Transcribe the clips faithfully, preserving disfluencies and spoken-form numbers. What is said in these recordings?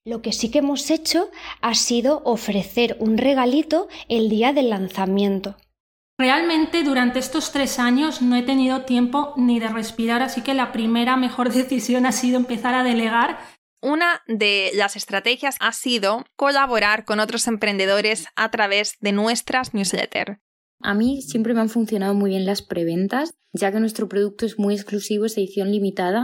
Lo que sí que hemos hecho ha sido ofrecer un regalito el día del lanzamiento. Realmente durante estos tres años no he tenido tiempo ni de respirar, así que la primera mejor decisión ha sido empezar a delegar. Una de las estrategias ha sido colaborar con otros emprendedores a través de nuestras newsletters. A mí siempre me han funcionado muy bien las preventas, ya que nuestro producto es muy exclusivo, es edición limitada.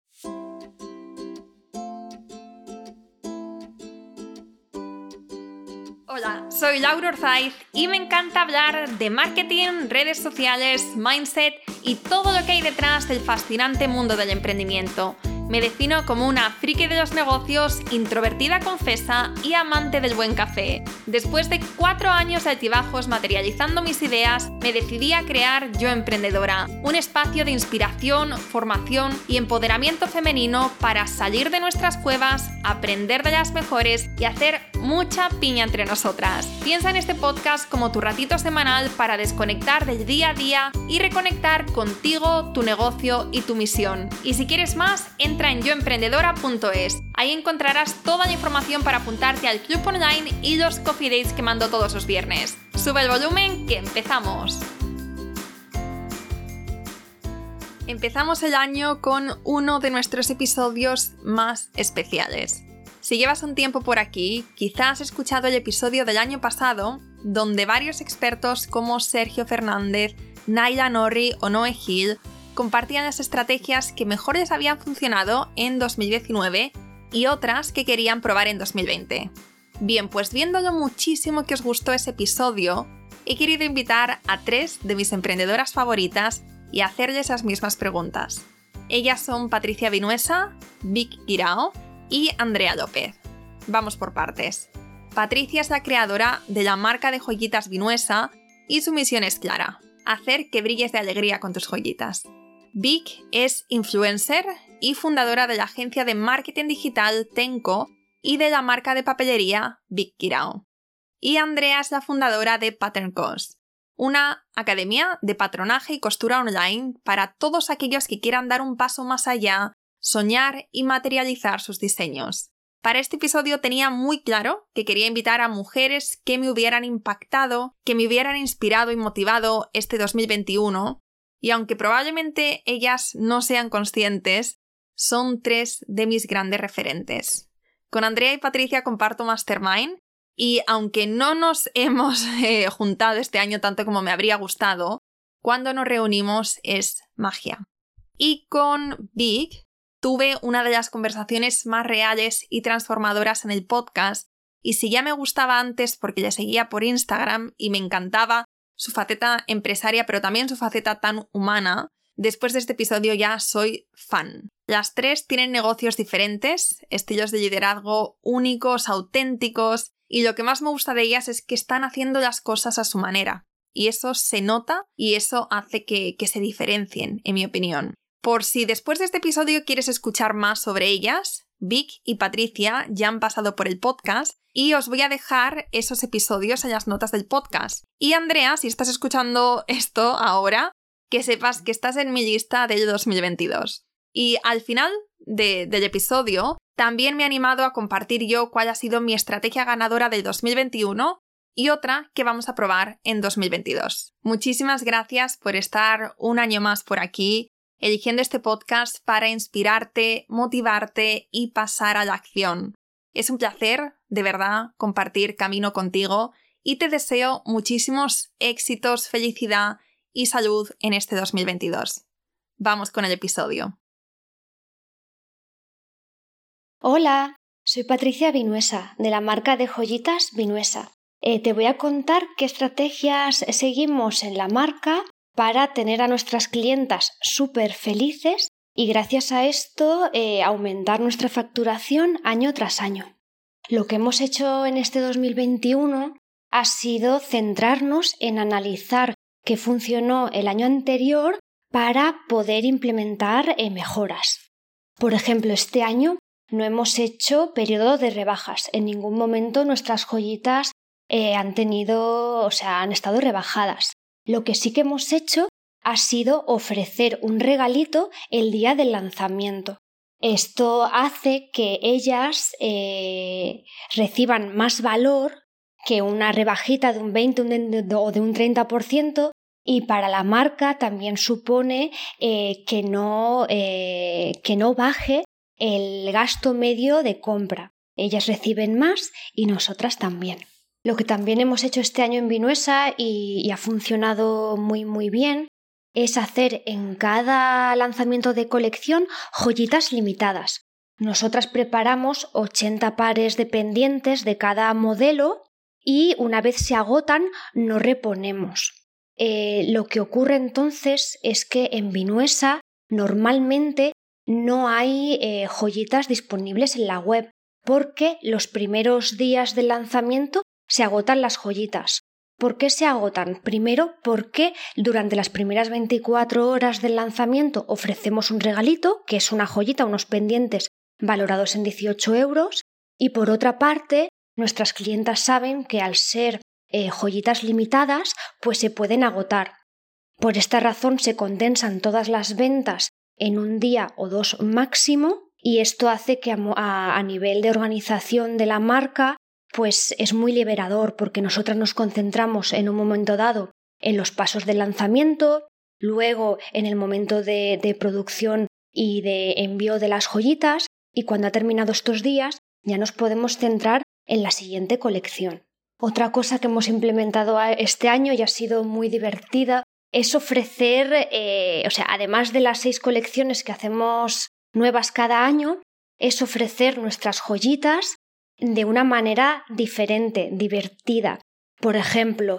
Hola, soy Laura Orzaiz y me encanta hablar de marketing, redes sociales, mindset y todo lo que hay detrás del fascinante mundo del emprendimiento. Me defino como una friki de los negocios, introvertida confesa y amante del buen café. Después de cuatro años de altibajos materializando mis ideas, me decidí a crear Yo Emprendedora, un espacio de inspiración, formación y empoderamiento femenino para salir de nuestras cuevas, aprender de las mejores y hacer mucha piña entre nosotras. Piensa en este podcast como tu ratito semanal para desconectar del día a día y reconectar contigo, tu negocio y tu misión. Y si quieres más, entra en yo emprendedora punto es. Ahí encontrarás toda la información para apuntarte al club online y los coffee dates que mando todos los viernes. Sube el volumen que empezamos. Empezamos el año con uno de nuestros episodios más especiales. Si llevas un tiempo por aquí, quizás has escuchado el episodio del año pasado, donde varios expertos como Sergio Fernández, Naila Norri o Noé Gil compartían las estrategias que mejor les habían funcionado en dos mil diecinueve y otras que querían probar en dos mil veinte. Bien, pues viendo lo muchísimo que os gustó ese episodio, he querido invitar a tres de mis emprendedoras favoritas y hacerles las mismas preguntas. Ellas son Patricia Vinuesa, Vic Guirao y Andrea López. Vamos por partes. Patricia es la creadora de la marca de joyitas Vinuesa y su misión es clara: hacer que brilles de alegría con tus joyitas. Vic es influencer y fundadora de la agencia de marketing digital Tenco y de la marca de papelería Vic Guirao. Y Andrea es la fundadora de Pattern Cos, una academia de patronaje y costura online para todos aquellos que quieran dar un paso más allá, soñar y materializar sus diseños. Para este episodio tenía muy claro que quería invitar a mujeres que me hubieran impactado, que me hubieran inspirado y motivado este dos mil veintiuno, y aunque probablemente ellas no sean conscientes, son tres de mis grandes referentes. Con Andrea y Patricia comparto Mastermind, y aunque no nos hemos eh, juntado este año tanto como me habría gustado, cuando nos reunimos es magia. Y con Vic tuve una de las conversaciones más reales y transformadoras en el podcast, y si ya me gustaba antes porque le seguía por Instagram y me encantaba su faceta empresaria, pero también su faceta tan humana, después de este episodio ya soy fan. Las tres tienen negocios diferentes, estilos de liderazgo únicos, auténticos, y lo que más me gusta de ellas es que están haciendo las cosas a su manera. Y eso se nota y eso hace que, que se diferencien, en mi opinión. Por si después de este episodio quieres escuchar más sobre ellas, Vic y Patricia ya han pasado por el podcast y os voy a dejar esos episodios en las notas del podcast. Y Andrea, si estás escuchando esto ahora, que sepas que estás en mi lista del dos mil veintidós. Y al final de, del episodio también me he animado a compartir yo cuál ha sido mi estrategia ganadora del dos mil veintiuno y otra que vamos a probar en dos mil veintidós. Muchísimas gracias por estar un año más por aquí, eligiendo este podcast para inspirarte, motivarte y pasar a la acción. Es un placer, de verdad, compartir camino contigo y te deseo muchísimos éxitos, felicidad y salud en este dos mil veintidós. Vamos con el episodio. Hola, soy Patricia Vinuesa, de la marca de joyitas Vinuesa. Eh, te voy a contar qué estrategias seguimos en la marca para tener a nuestras clientas súper felices y gracias a esto eh, aumentar nuestra facturación año tras año. Lo que hemos hecho en este dos mil veintiuno ha sido centrarnos en analizar qué funcionó el año anterior para poder implementar eh, mejoras. Por ejemplo, este año no hemos hecho periodo de rebajas. En ningún momento nuestras joyitas eh, han tenido, o sea, han estado rebajadas. Lo que sí que hemos hecho ha sido ofrecer un regalito el día del lanzamiento. Esto hace que ellas eh, reciban más valor que una rebajita de un veinte o de un treinta por ciento, y para la marca también supone eh, que, no, eh, que no baje el gasto medio de compra. Ellas reciben más y nosotras también. Lo que también hemos hecho este año en Vinuesa y, y ha funcionado muy muy bien es hacer en cada lanzamiento de colección joyitas limitadas. Nosotras preparamos ochenta pares de pendientes de cada modelo y una vez se agotan no reponemos. Eh, lo que ocurre entonces es que en Vinuesa normalmente no hay eh, joyitas disponibles en la web porque los primeros días del lanzamiento se agotan las joyitas. ¿Por qué se agotan? Primero, porque durante las primeras veinticuatro horas del lanzamiento ofrecemos un regalito, que es una joyita, unos pendientes valorados en dieciocho euros, y por otra parte, nuestras clientas saben que al ser eh, joyitas limitadas, pues se pueden agotar. Por esta razón se condensan todas las ventas en un día o dos máximo, y esto hace que a, a, a nivel de organización de la marca pues es muy liberador porque nosotras nos concentramos en un momento dado en los pasos del lanzamiento, luego en el momento de, de producción y de envío de las joyitas, y cuando ha terminado estos días ya nos podemos centrar en la siguiente colección. Otra cosa que hemos implementado este año y ha sido muy divertida es ofrecer, eh, o sea, además de las seis colecciones que hacemos nuevas cada año, es ofrecer nuestras joyitas de una manera diferente, divertida. Por ejemplo,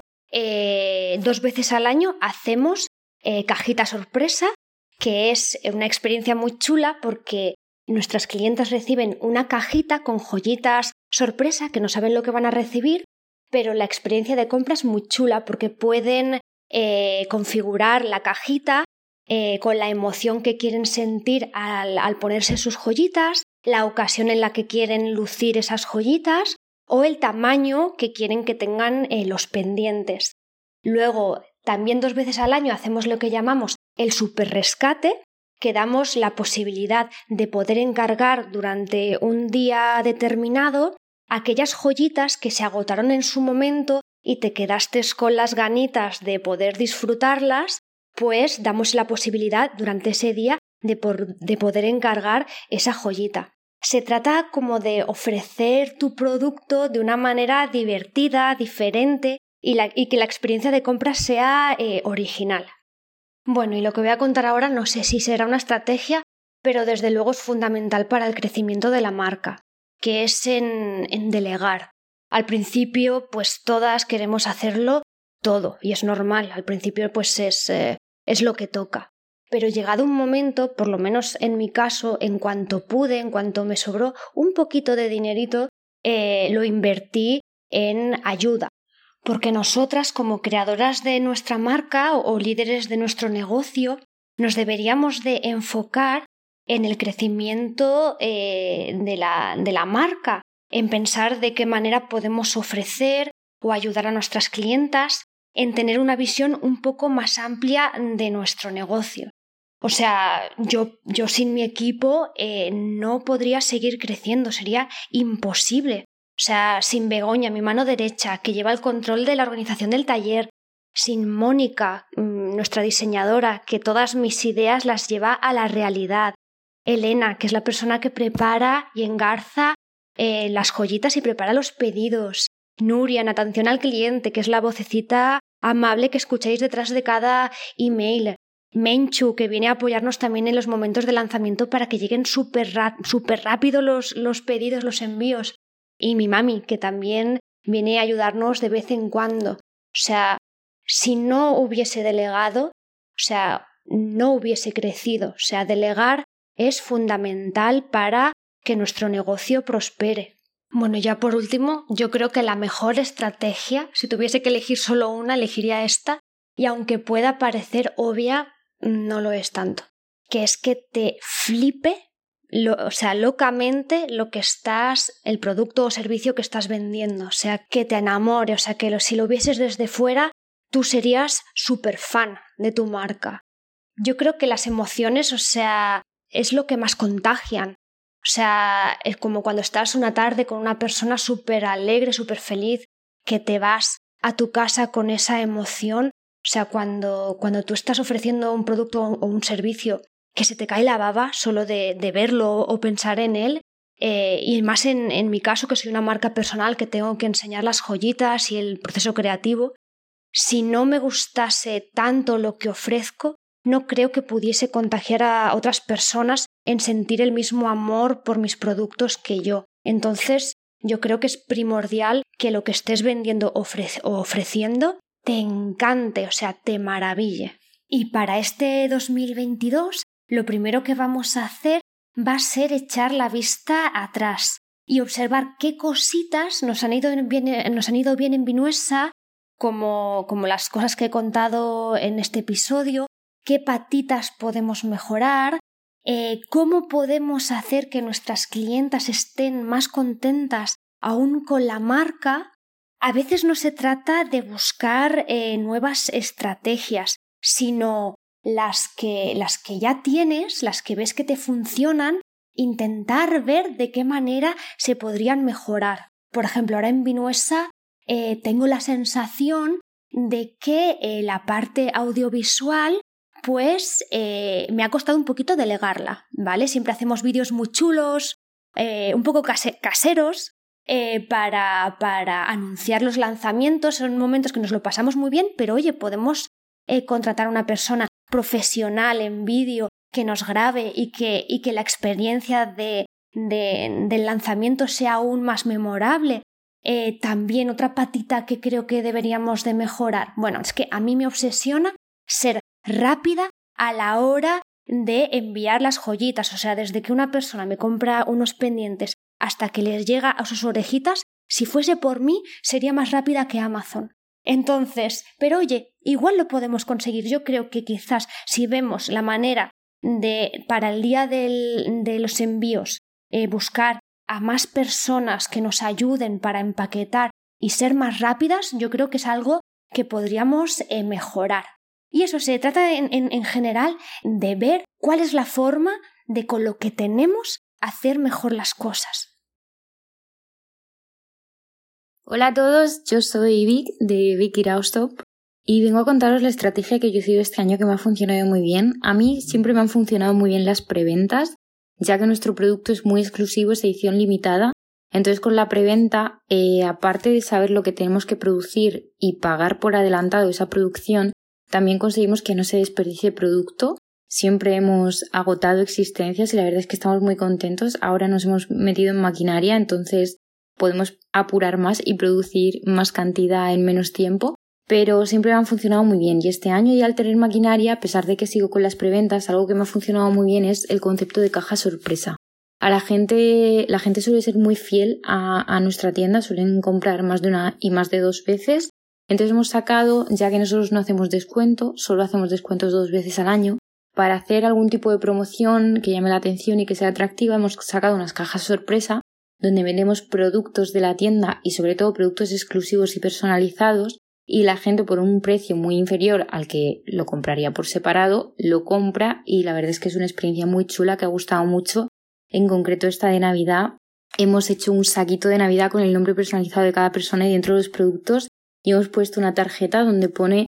eh, dos veces al año hacemos eh, cajita sorpresa, que es una experiencia muy chula porque nuestras clientas reciben una cajita con joyitas sorpresa que no saben lo que van a recibir, pero la experiencia de compra es muy chula porque pueden eh, configurar la cajita eh, con la emoción que quieren sentir al, al ponerse sus joyitas, la ocasión en la que quieren lucir esas joyitas o el tamaño que quieren que tengan eh, los pendientes. Luego, también dos veces al año hacemos lo que llamamos el super rescate, que damos la posibilidad de poder encargar durante un día determinado aquellas joyitas que se agotaron en su momento y te quedaste con las ganitas de poder disfrutarlas, pues damos la posibilidad durante ese día de, por, de poder encargar esa joyita. Se trata como de ofrecer tu producto de una manera divertida, diferente y, la, y que la experiencia de compra sea eh, original. Bueno, y lo que voy a contar ahora no sé si será una estrategia, pero desde luego es fundamental para el crecimiento de la marca, que es en, en delegar. Al principio, pues todas queremos hacerlo todo y es normal. Al principio, pues es, eh, es lo que toca. Pero llegado un momento, por lo menos en mi caso, en cuanto pude, en cuanto me sobró un poquito de dinerito, eh, lo invertí en ayuda. Porque nosotras, como creadoras de nuestra marca o, o líderes de nuestro negocio, nos deberíamos de enfocar en el crecimiento eh, de, la, de la marca, en pensar de qué manera podemos ofrecer o ayudar a nuestras clientas, en tener una visión un poco más amplia de nuestro negocio. O sea, yo, yo sin mi equipo eh, no podría seguir creciendo, sería imposible. O sea, sin Begoña, mi mano derecha, que lleva el control de la organización del taller, sin Mónica, nuestra diseñadora, que todas mis ideas las lleva a la realidad, Elena, que es la persona que prepara y engarza eh, las joyitas y prepara los pedidos, Nuria, en atención al cliente, que es la vocecita amable que escucháis detrás de cada email, Menchu, que viene a apoyarnos también en los momentos de lanzamiento para que lleguen súper ra- súper rápido los, los pedidos, los envíos, y mi mami, que también viene a ayudarnos de vez en cuando. O sea, si no hubiese delegado, o sea, no hubiese crecido. O sea, delegar es fundamental para que nuestro negocio prospere. Bueno, ya por último, yo creo que la mejor estrategia, si tuviese que elegir solo una, elegiría esta, y aunque pueda parecer obvia, no lo es tanto, que es que te flipe, lo, o sea, locamente lo que estás, el producto o servicio que estás vendiendo, o sea, que te enamore, o sea, que lo, si lo vieses desde fuera, tú serías súper fan de tu marca. Yo creo que las emociones, o sea, es lo que más contagian. O sea, es como cuando estás una tarde con una persona súper alegre, súper feliz, que te vas a tu casa con esa emoción. O sea, cuando, cuando tú estás ofreciendo un producto o un servicio que se te cae la baba solo de, de verlo o pensar en él, eh, y más en, en mi caso, que soy una marca personal que tengo que enseñar las joyitas y el proceso creativo, si no me gustase tanto lo que ofrezco, no creo que pudiese contagiar a otras personas en sentir el mismo amor por mis productos que yo. Entonces, yo creo que es primordial que lo que estés vendiendo o ofre- ofreciendo te encante, o sea, te maraville. Y para este dos mil veintidós, lo primero que vamos a hacer va a ser echar la vista atrás y observar qué cositas nos han ido bien, nos han ido bien en Vinuesa, como, como las cosas que he contado en este episodio, qué patitas podemos mejorar, eh, cómo podemos hacer que nuestras clientas estén más contentas aún con la marca. A veces no se trata de buscar eh, nuevas estrategias, sino las que, las que ya tienes, las que ves que te funcionan, intentar ver de qué manera se podrían mejorar. Por ejemplo, ahora en Vinuesa eh, tengo la sensación de que eh, la parte audiovisual pues eh, me ha costado un poquito delegarla, ¿vale? Siempre hacemos vídeos muy chulos, eh, un poco case- caseros, eh, para, para anunciar los lanzamientos. Son momentos que nos lo pasamos muy bien, pero oye, podemos eh, contratar a una persona profesional en vídeo que nos grabe y que, y que la experiencia de, de, del lanzamiento sea aún más memorable. Eh, también otra patita que creo que deberíamos de mejorar. Bueno, es que a mí me obsesiona ser rápida a la hora de enviar las joyitas. O sea, desde que una persona me compra unos pendientes hasta que les llega a sus orejitas, si fuese por mí, sería más rápida que Amazon. Entonces, pero oye, igual lo podemos conseguir. Yo creo que quizás si vemos la manera de, para el día del, de los envíos, eh, buscar a más personas que nos ayuden para empaquetar y ser más rápidas, yo creo que es algo que podríamos eh, mejorar. Y eso se trata en, en, en general de ver cuál es la forma de con lo que tenemos hacer mejor las cosas. Hola a todos, yo soy Vic de Vic Iraustop y vengo a contaros la estrategia que yo he seguido este año que me ha funcionado muy bien. A mí siempre me han funcionado muy bien las preventas, ya que nuestro producto es muy exclusivo, es edición limitada. Entonces con la preventa, eh, aparte de saber lo que tenemos que producir y pagar por adelantado esa producción, también conseguimos que no se desperdicie producto. Siempre hemos agotado existencias y la verdad es que estamos muy contentos. Ahora nos hemos metido en maquinaria, entonces podemos apurar más y producir más cantidad en menos tiempo, pero siempre me han funcionado muy bien. Y este año, ya al tener maquinaria, a pesar de que sigo con las preventas, algo que me ha funcionado muy bien es el concepto de caja sorpresa. A la gente, la gente suele ser muy fiel a, a nuestra tienda, suelen comprar más de una y más de dos veces. Entonces hemos sacado, ya que nosotros no hacemos descuento, solo hacemos descuentos dos veces al año, para hacer algún tipo de promoción que llame la atención y que sea atractiva, hemos sacado unas cajas sorpresa donde vendemos productos de la tienda y sobre todo productos exclusivos y personalizados, y la gente por un precio muy inferior al que lo compraría por separado, lo compra y la verdad es que es una experiencia muy chula que ha gustado mucho. En concreto esta de Navidad, hemos hecho un saquito de Navidad con el nombre personalizado de cada persona y dentro de los productos y hemos puesto una tarjeta donde pone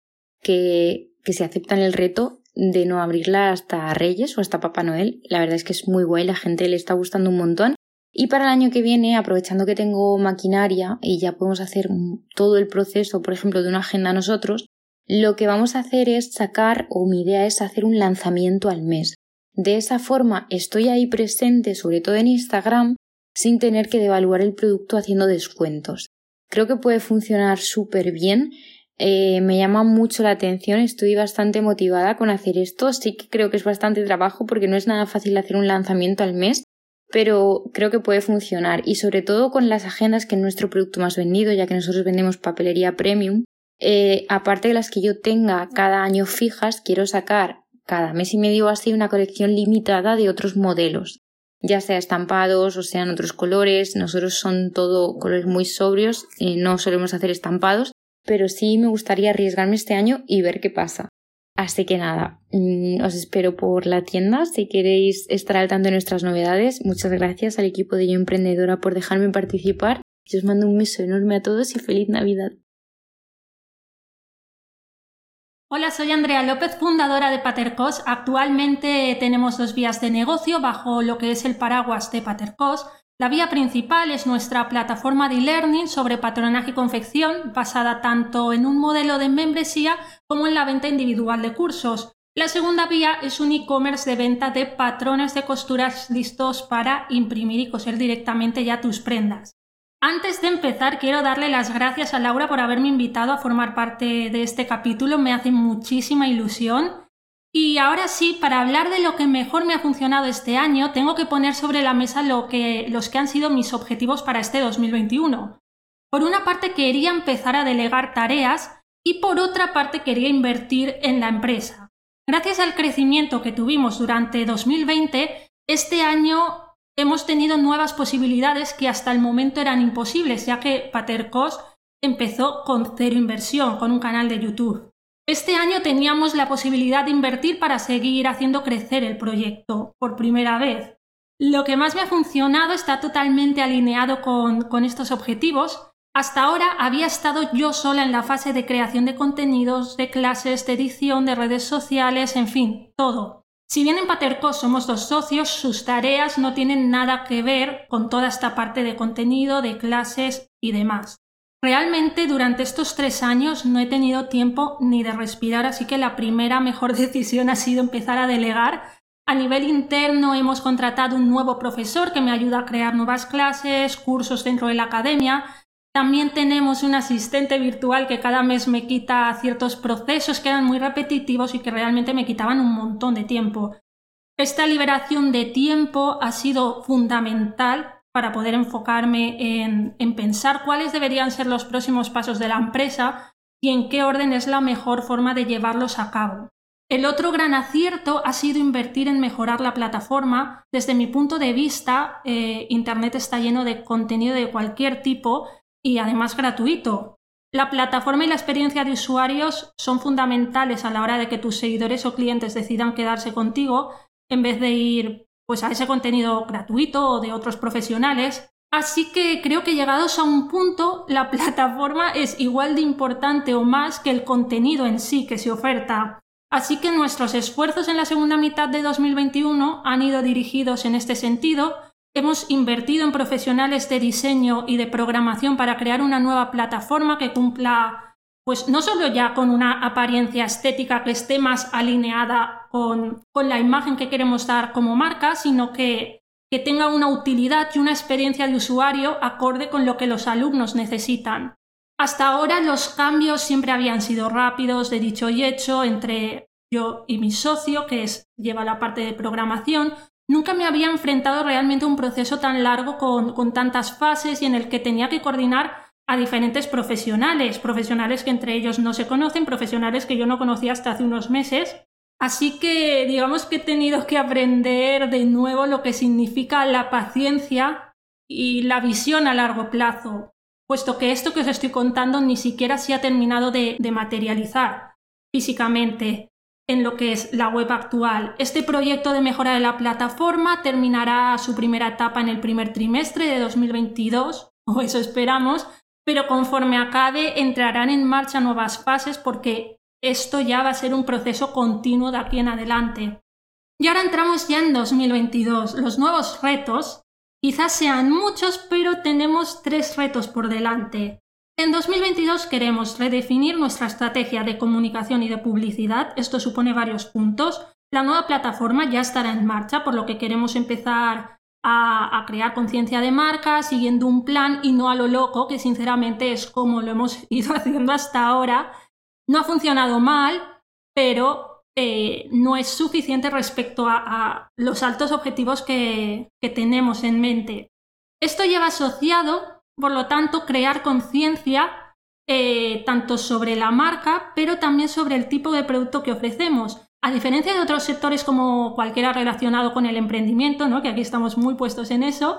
que, que se aceptan el reto de no abrirla hasta Reyes o hasta Papá Noel. La verdad es que es muy guay, la gente le está gustando un montón. Y para el año que viene, aprovechando que tengo maquinaria y ya podemos hacer todo el proceso, por ejemplo, de una agenda nosotros, lo que vamos a hacer es sacar, o mi idea es hacer un lanzamiento al mes. De esa forma estoy ahí presente, sobre todo en Instagram, sin tener que devaluar el producto haciendo descuentos. Creo que puede funcionar súper bien. Eh, me llama mucho la atención, estoy bastante motivada con hacer esto. Sí que creo que es bastante trabajo porque no es nada fácil hacer un lanzamiento al mes, pero creo que puede funcionar y sobre todo con las agendas, que es nuestro producto más vendido, ya que nosotros vendemos papelería premium. Eh, aparte de las que yo tenga cada año fijas, quiero sacar cada mes y medio así una colección limitada de otros modelos, ya sea estampados o sean otros colores. Nosotros son todo colores muy sobrios, eh, no solemos hacer estampados, pero sí me gustaría arriesgarme este año y ver qué pasa. Así que nada, os espero por la tienda si queréis estar al tanto de nuestras novedades. Muchas gracias al equipo de Yo Emprendedora por dejarme participar. Y os mando un beso enorme a todos y feliz Navidad. Hola, soy Andrea López, fundadora de Patercos. Actualmente tenemos dos vías de negocio bajo lo que es el paraguas de Patercos. La vía principal es nuestra plataforma de e-learning sobre patronaje y confección, basada tanto en un modelo de membresía como en la venta individual de cursos. La segunda vía es un e-commerce de venta de patrones de costuras listos para imprimir y coser directamente ya tus prendas. Antes de empezar, quiero darle las gracias a Laura por haberme invitado a formar parte de este capítulo. Me hace muchísima ilusión. Y ahora sí, para hablar de lo que mejor me ha funcionado este año, tengo que poner sobre la mesa lo que, los que han sido mis objetivos para este dos mil veintiuno. Por una parte, quería empezar a delegar tareas y por otra parte, quería invertir en la empresa. Gracias al crecimiento que tuvimos durante dos mil veinte, este año hemos tenido nuevas posibilidades que hasta el momento eran imposibles, ya que Patercos empezó con cero inversión, con un canal de YouTube. Este año teníamos la posibilidad de invertir para seguir haciendo crecer el proyecto por primera vez. Lo que más me ha funcionado está totalmente alineado con, con estos objetivos. Hasta ahora había estado yo sola en la fase de creación de contenidos, de clases, de edición, de redes sociales, en fin, todo. Si bien en Patercos somos dos socios, sus tareas no tienen nada que ver con toda esta parte de contenido, de clases y demás. Realmente durante estos tres años no he tenido tiempo ni de respirar, así que la primera mejor decisión ha sido empezar a delegar. A nivel interno hemos contratado un nuevo profesor que me ayuda a crear nuevas clases, cursos dentro de la academia. También tenemos un asistente virtual que cada mes me quita ciertos procesos que eran muy repetitivos y que realmente me quitaban un montón de tiempo. Esta liberación de tiempo ha sido fundamental para poder enfocarme en, en pensar cuáles deberían ser los próximos pasos de la empresa y en qué orden es la mejor forma de llevarlos a cabo. El otro gran acierto ha sido invertir en mejorar la plataforma. Desde mi punto de vista, eh, Internet está lleno de contenido de cualquier tipo y además gratuito. La plataforma y la experiencia de usuarios son fundamentales a la hora de que tus seguidores o clientes decidan quedarse contigo en vez de ir pues, a ese contenido gratuito o de otros profesionales. Así que creo que llegados a un punto, la plataforma es igual de importante o más que el contenido en sí que se oferta. Así que nuestros esfuerzos en la segunda mitad de dos mil veintiuno han ido dirigidos en este sentido. Hemos invertido en profesionales de diseño y de programación para crear una nueva plataforma que cumpla, pues no solo ya con una apariencia estética que esté más alineada con, con la imagen que queremos dar como marca, sino que, que tenga una utilidad y una experiencia de usuario acorde con lo que los alumnos necesitan. Hasta ahora los cambios siempre habían sido rápidos, de dicho y hecho, entre yo y mi socio, que es, lleva la parte de programación. Nunca me había enfrentado realmente a un proceso tan largo con, con tantas fases y en el que tenía que coordinar a diferentes profesionales, profesionales que entre ellos no se conocen, profesionales que yo no conocía hasta hace unos meses. Así que digamos que he tenido que aprender de nuevo lo que significa la paciencia y la visión a largo plazo, puesto que esto que os estoy contando ni siquiera se ha terminado de, de materializar físicamente en lo que es la web actual. Este proyecto de mejora de la plataforma terminará su primera etapa en el primer trimestre de dos mil veintidós, o eso esperamos, pero conforme acabe entrarán en marcha nuevas fases porque esto ya va a ser un proceso continuo de aquí en adelante. Y ahora entramos ya en dos mil veintidós. Los nuevos retos quizás sean muchos, pero tenemos tres retos por delante. En dos mil veintidós queremos redefinir nuestra estrategia de comunicación y de publicidad. Esto supone varios puntos. La nueva plataforma ya estará en marcha, por lo que queremos empezar a, a crear conciencia de marca, siguiendo un plan y no a lo loco, que sinceramente es como lo hemos ido haciendo hasta ahora. No ha funcionado mal, pero eh, no es suficiente respecto a, a los altos objetivos que, que tenemos en mente. Esto lleva asociado, por lo tanto, crear conciencia eh, tanto sobre la marca, pero también sobre el tipo de producto que ofrecemos. A diferencia de otros sectores como cualquiera relacionado con el emprendimiento, ¿no? Que aquí estamos muy puestos en eso,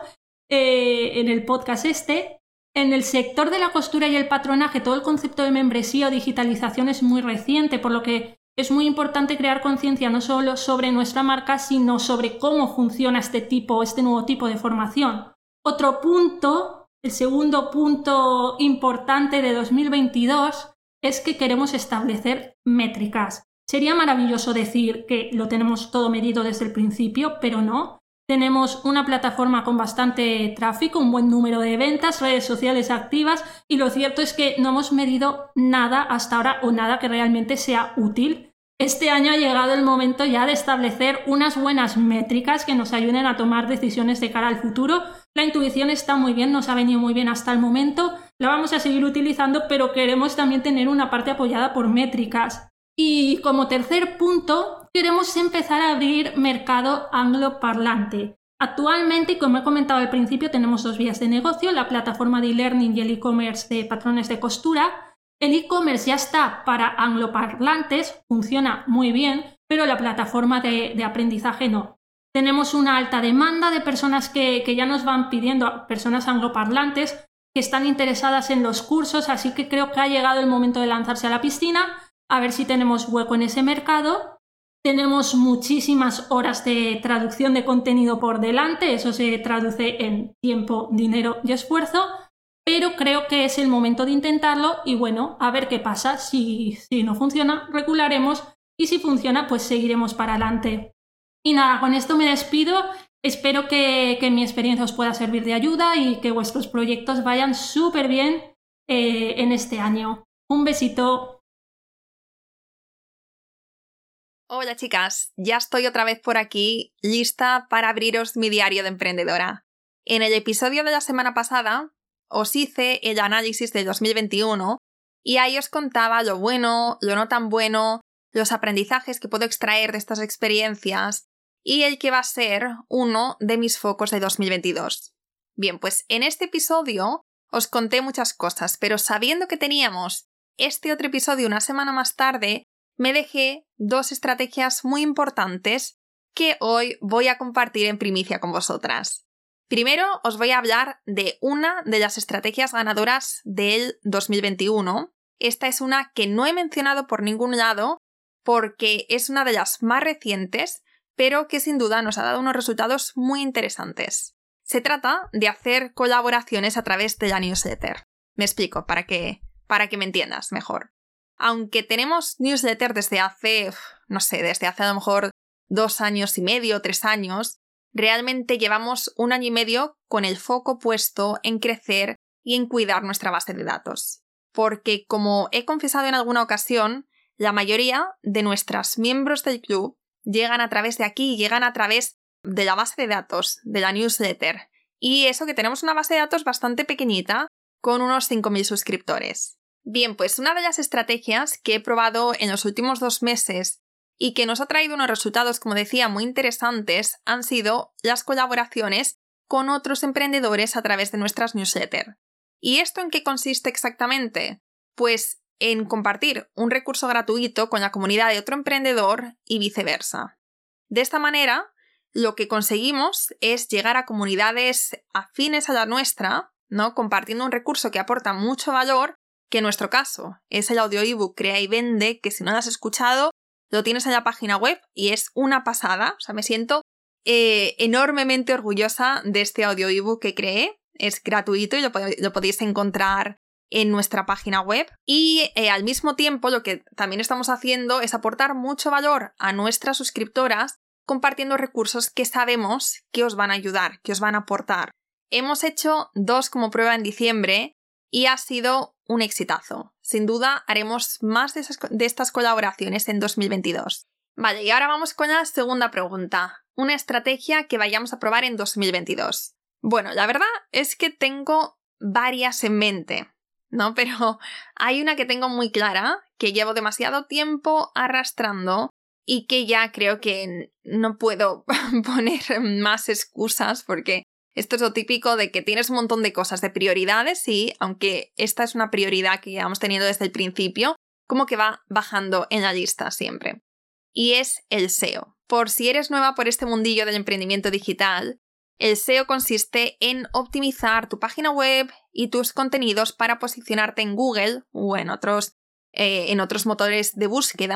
eh, en el podcast este, en el sector de la costura y el patronaje todo el concepto de membresía o digitalización es muy reciente, por lo que es muy importante crear conciencia no solo sobre nuestra marca, sino sobre cómo funciona este tipo, este nuevo tipo de formación. Otro punto, el segundo punto importante de dos mil veintidós, es que queremos establecer métricas. Sería maravilloso decir que lo tenemos todo medido desde el principio, pero no. Tenemos una plataforma con bastante tráfico, un buen número de ventas, redes sociales activas, y lo cierto es que no hemos medido nada hasta ahora o nada que realmente sea útil. Este año ha llegado el momento ya de establecer unas buenas métricas que nos ayuden a tomar decisiones de cara al futuro. La intuición está muy bien, nos ha venido muy bien hasta el momento, la vamos a seguir utilizando, pero queremos también tener una parte apoyada por métricas. Y como tercer punto, queremos empezar a abrir mercado angloparlante. Actualmente, como he comentado al principio, tenemos dos vías de negocio, la plataforma de e-learning y el e-commerce de patrones de costura. El e-commerce ya está para angloparlantes, funciona muy bien, pero la plataforma de, de aprendizaje no. Tenemos una alta demanda de personas que, que ya nos van pidiendo, personas angloparlantes, que están interesadas en los cursos, así que creo que ha llegado el momento de lanzarse a la piscina, a ver si tenemos hueco en ese mercado. Tenemos muchísimas horas de traducción de contenido por delante, eso se traduce en tiempo, dinero y esfuerzo, pero creo que es el momento de intentarlo y bueno, a ver qué pasa. Si, si no funciona, recularemos y si funciona, pues seguiremos para adelante. Y nada, con esto me despido. Espero que, que mi experiencia os pueda servir de ayuda y que vuestros proyectos vayan súper bien eh, en este año. Un besito. Hola chicas, ya estoy otra vez por aquí, lista para abriros mi diario de emprendedora. En el episodio de la semana pasada os hice el análisis del dos mil veintiuno y ahí os contaba lo bueno, lo no tan bueno, los aprendizajes que puedo extraer de estas experiencias y el que va a ser uno de mis focos de dos mil veintidós. Bien, pues en este episodio os conté muchas cosas, pero sabiendo que teníamos este otro episodio una semana más tarde, me dejé dos estrategias muy importantes que hoy voy a compartir en primicia con vosotras. Primero os voy a hablar de una de las estrategias ganadoras del dos mil veintiuno. Esta es una que no he mencionado por ningún lado porque es una de las más recientes, pero que sin duda nos ha dado unos resultados muy interesantes. Se trata de hacer colaboraciones a través de la newsletter. Me explico para que, para que me entiendas mejor. Aunque tenemos newsletter desde hace, no sé, desde hace a lo mejor dos años y medio, tres años, realmente llevamos un año y medio con el foco puesto en crecer y en cuidar nuestra base de datos. Porque, como he confesado en alguna ocasión, la mayoría de nuestros miembros del club llegan a través de aquí, llegan a través de la base de datos, de la newsletter. Y eso que tenemos una base de datos bastante pequeñita, con unos cinco mil suscriptores. Bien, pues una de las estrategias que he probado en los últimos dos meses y que nos ha traído unos resultados, como decía, muy interesantes, han sido las colaboraciones con otros emprendedores a través de nuestras newsletters. ¿Y esto en qué consiste exactamente? Pues en compartir un recurso gratuito con la comunidad de otro emprendedor y viceversa. De esta manera, lo que conseguimos es llegar a comunidades afines a la nuestra, ¿no? Compartiendo un recurso que aporta mucho valor, que en nuestro caso es el audio ebook Crea y Vende, que si no lo has escuchado, lo tienes en la página web y es una pasada. O sea, me siento eh, enormemente orgullosa de este audio ebook que creé. Es gratuito y lo, pod- lo podéis encontrar en nuestra página web. Y eh, al mismo tiempo lo que también estamos haciendo es aportar mucho valor a nuestras suscriptoras compartiendo recursos que sabemos que os van a ayudar, que os van a aportar. Hemos hecho dos como prueba en diciembre y ha sido un exitazo. Sin duda haremos más de, esas, de estas colaboraciones en dos mil veintidós. Vale, y ahora vamos con la segunda pregunta. Una estrategia que vayamos a probar en dos mil veintidós. Bueno, la verdad es que tengo varias en mente, ¿no? Pero hay una que tengo muy clara, que llevo demasiado tiempo arrastrando y que ya creo que no puedo poner más excusas porque esto es lo típico de que tienes un montón de cosas, de prioridades y aunque esta es una prioridad que llevamos teniendo desde el principio, como que va bajando en la lista siempre. Y es el S E O. Por si eres nueva por este mundillo del emprendimiento digital, el S E O consiste en optimizar tu página web y tus contenidos para posicionarte en Google o en otros, eh, en otros motores de búsqueda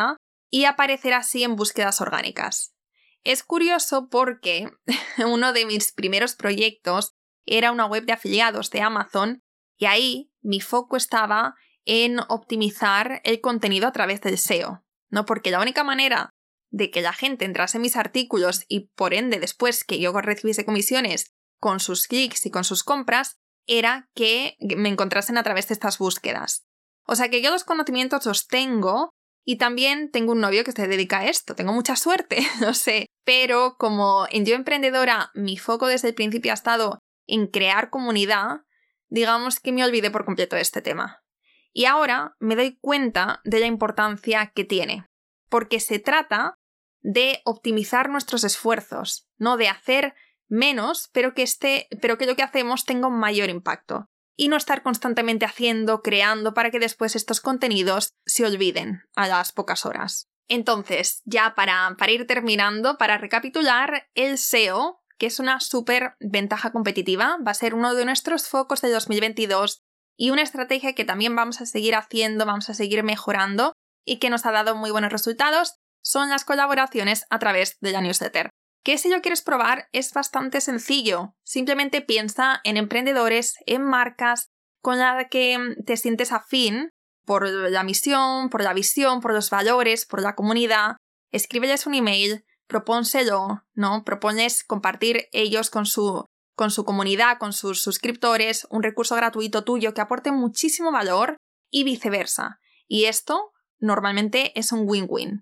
y aparecer así en búsquedas orgánicas. Es curioso porque uno de mis primeros proyectos era una web de afiliados de Amazon y ahí mi foco estaba en optimizar el contenido a través del S E O, ¿no? Porque la única manera de que la gente entrase en mis artículos y por ende después que yo recibiese comisiones con sus clics y con sus compras era que me encontrasen a través de estas búsquedas. O sea que yo los conocimientos los tengo y también tengo un novio que se dedica a esto. Tengo mucha suerte, no sé. Pero como en Yo Emprendedora mi foco desde el principio ha estado en crear comunidad, digamos que me olvidé por completo de este tema. Y ahora me doy cuenta de la importancia que tiene, porque se trata de optimizar nuestros esfuerzos, no de hacer menos, pero que, este, pero que lo que hacemos tenga un mayor impacto. Y no estar constantemente haciendo, creando, para que después estos contenidos se olviden a las pocas horas. Entonces, ya para, para ir terminando, para recapitular, el S E O, que es una súper ventaja competitiva, va a ser uno de nuestros focos de dos mil veintidós y una estrategia que también vamos a seguir haciendo, vamos a seguir mejorando y que nos ha dado muy buenos resultados, son las colaboraciones a través de la newsletter. Que si lo quieres probar es bastante sencillo. Simplemente piensa en emprendedores, en marcas con las que te sientes afín por la misión, por la visión, por los valores, por la comunidad. Escríbeles un email, propónselo, ¿no? Propones compartir ellos con su, con su comunidad, con sus suscriptores, un recurso gratuito tuyo que aporte muchísimo valor y viceversa. Y esto normalmente es un win-win.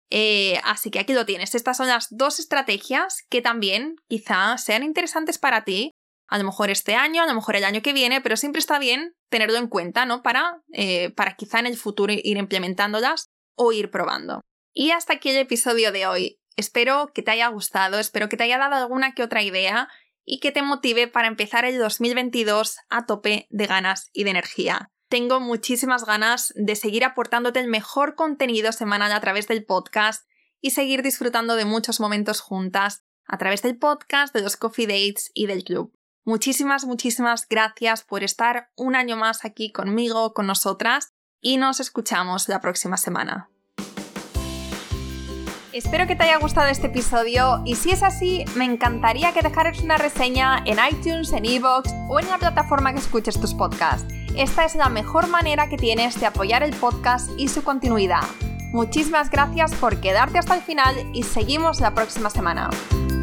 Eh, así que aquí lo tienes. Estas son las dos estrategias que también quizá sean interesantes para ti. A lo mejor este año, a lo mejor el año que viene, pero siempre está bien tenerlo en cuenta, ¿no? Para, eh, para quizá en el futuro ir implementándolas o ir probando. Y hasta aquí el episodio de hoy. Espero que te haya gustado, espero que te haya dado alguna que otra idea y que te motive para empezar el dos mil veintidós a tope de ganas y de energía. Tengo muchísimas ganas de seguir aportándote el mejor contenido semanal a través del podcast y seguir disfrutando de muchos momentos juntas a través del podcast, de los coffee dates y del club. Muchísimas, muchísimas gracias por estar un año más aquí conmigo, con nosotras, y nos escuchamos la próxima semana. Espero que te haya gustado este episodio y si es así, me encantaría que dejaras una reseña en iTunes, en iVoox o en la plataforma que escuches tus podcasts. Esta es la mejor manera que tienes de apoyar el podcast y su continuidad. Muchísimas gracias por quedarte hasta el final y seguimos la próxima semana.